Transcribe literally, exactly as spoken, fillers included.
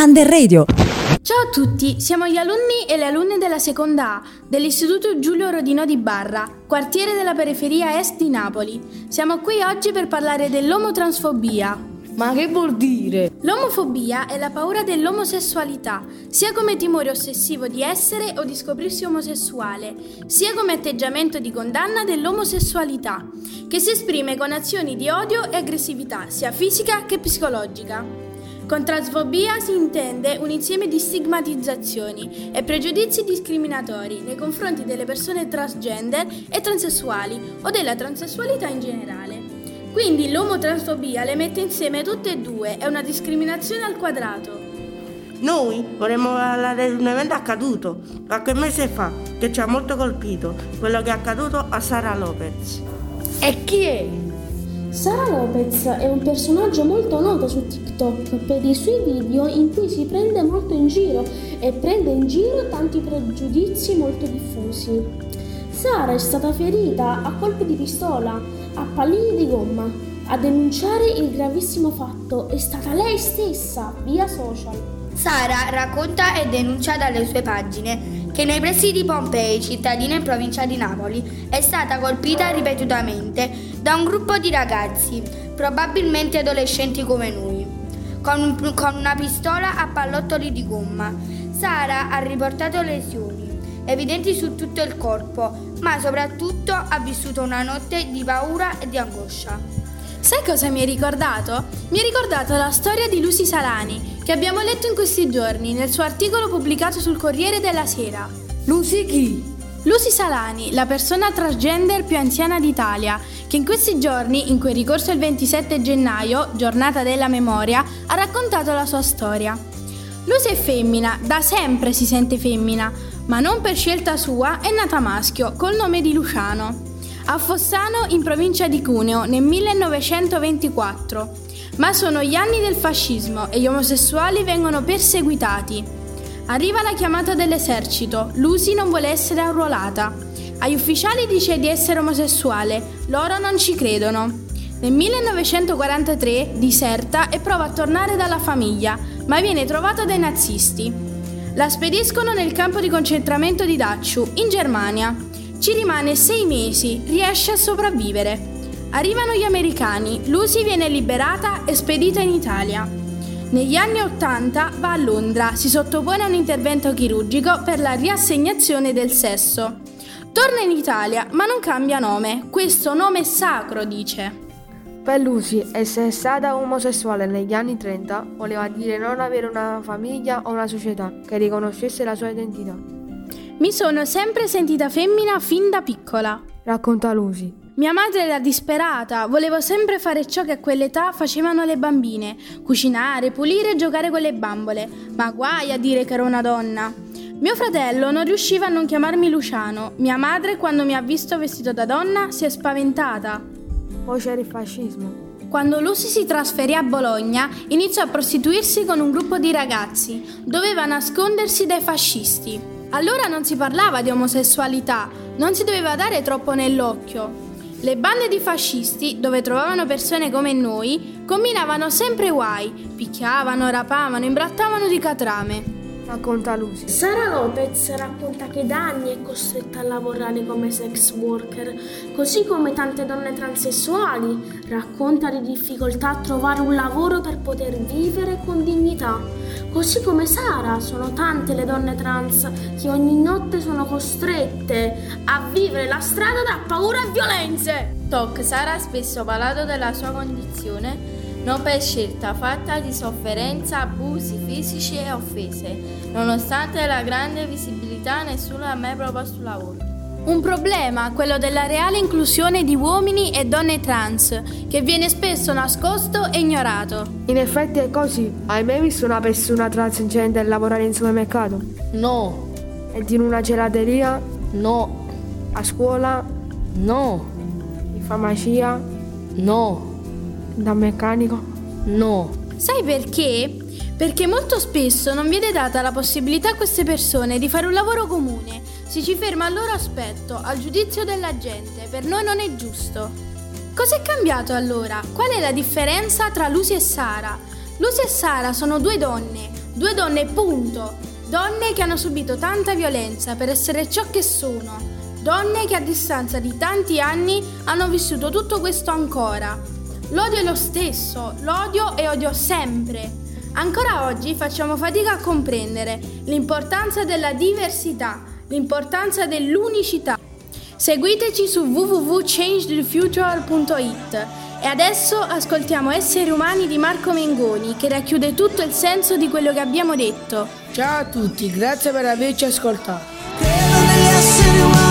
Under Radio. Ciao a tutti, siamo gli alunni e le alunne della seconda A dell'Istituto Giulio Rodino di Barra, quartiere della periferia est di Napoli. Siamo qui oggi per parlare dell'omotransfobia. Ma che vuol dire? L'omofobia è la paura dell'omosessualità, sia come timore ossessivo di essere o di scoprirsi omosessuale, sia come atteggiamento di condanna dell'omosessualità, che si esprime con azioni di odio e aggressività, sia fisica che psicologica. Con transfobia si intende un insieme di stigmatizzazioni e pregiudizi discriminatori nei confronti delle persone transgender e transessuali o della transessualità in generale. Quindi l'omotransfobia le mette insieme tutte e due, è una discriminazione al quadrato. Noi vorremmo parlare di un evento accaduto qualche mese fa che ci ha molto colpito, quello che è accaduto a Sara Lopez. E chi è? Sara Lopez è un personaggio molto noto su TikTok per i suoi video in cui si prende molto in giro e prende in giro tanti pregiudizi molto diffusi. Sara è stata ferita a colpi di pistola, a pallini di gomma. A denunciare il gravissimo fatto è stata lei stessa via social. Sara racconta e denuncia dalle sue pagine che nei pressi di Pompei, cittadina in provincia di Napoli, è stata colpita ripetutamente da un gruppo di ragazzi, probabilmente adolescenti come noi, con, un, con una pistola a pallottoli di gomma. Sara ha riportato lesioni evidenti su tutto il corpo, ma soprattutto ha vissuto una notte di paura e di angoscia. Sai cosa mi hai ricordato? Mi hai ricordato la storia di Lucy Salani, che abbiamo letto in questi giorni nel suo articolo pubblicato sul Corriere della Sera. Lucy chi? Lucy Salani, la persona transgender più anziana d'Italia, che in questi giorni, in cui è ricorso il ventisette gennaio, giornata della memoria, ha raccontato la sua storia. Lucy è femmina, da sempre si sente femmina, ma non per scelta sua, è nata maschio, col nome di Luciano, a Fossano in provincia di Cuneo nel millenovecentoventiquattro. Ma sono gli anni del fascismo e gli omosessuali vengono perseguitati. Arriva la chiamata dell'esercito, Lucy non vuole essere arruolata. Agli ufficiali dice di essere omosessuale, loro non ci credono. Nel millenovecentoquarantatré diserta e prova a tornare dalla famiglia, ma viene trovata dai nazisti. La spediscono nel campo di concentramento di Dachau, in Germania. Ci rimane sei mesi, riesce a sopravvivere. Arrivano gli americani, Lucy viene liberata e spedita in Italia. Negli anni ottanta va a Londra, si sottopone a un intervento chirurgico per la riassegnazione del sesso. Torna in Italia, ma non cambia nome. Questo nome è sacro, dice. Per Lucy, essere stata omosessuale negli anni trenta voleva dire non avere una famiglia o una società che riconoscesse la sua identità. Mi sono sempre sentita femmina fin da piccola, racconta Lucy. Mia madre era disperata, volevo sempre fare ciò che a quell'età facevano le bambine, cucinare, pulire e giocare con le bambole, ma guai a dire che ero una donna. Mio fratello non riusciva a non chiamarmi Luciano, mia madre quando mi ha visto vestito da donna si è spaventata. Poi c'era il fascismo. Quando Lucy si trasferì a Bologna, iniziò a prostituirsi con un gruppo di ragazzi. Doveva nascondersi dai fascisti. Allora non si parlava di omosessualità, non si doveva dare troppo nell'occhio. Le bande di fascisti, dove trovavano persone come noi, combinavano sempre guai, picchiavano, rapavano, imbrattavano di catrame. Racconta Lucy. Sara Lopez racconta che da anni è costretta a lavorare come sex worker, così come tante donne transessuali. Racconta di difficoltà a trovare un lavoro per poter vivere con dignità. Così come Sara, sono tante le donne trans che ogni notte sono costrette a vivere la strada tra paura e violenze. Toc, Sara ha spesso parlato della sua condizione non per scelta, fatta di sofferenza, abusi fisici e offese. Nonostante la grande visibilità, nessuno ha mai proposto lavoro. Un problema, quello della reale inclusione di uomini e donne trans, che viene spesso nascosto e ignorato. In effetti è così. Hai mai visto una persona transgender lavorare in supermercato? No. Ed in una gelateria? No. A scuola? No. In farmacia? No. Da meccanico? No. Sai perché? Perché molto spesso non viene data la possibilità a queste persone di fare un lavoro comune. Si ci ferma al loro aspetto, al giudizio della gente. Per noi non è giusto. Cos'è cambiato allora? Qual è la differenza tra Lucy e Sara? Lucy e Sara sono due donne, Due donne, punto. Donne che hanno subito tanta violenza per essere ciò che sono. Donne che a distanza di tanti anni hanno vissuto tutto questo ancora. L'odio è lo stesso, l'odio e odio sempre. Ancora oggi facciamo fatica a comprendere l'importanza della diversità, l'importanza dell'unicità. Seguiteci su w w w punto change the future punto i t e adesso ascoltiamo Esseri umani di Marco Mengoni, che racchiude tutto il senso di quello che abbiamo detto. Ciao a tutti, grazie per averci ascoltato. Credo negli esseri umani.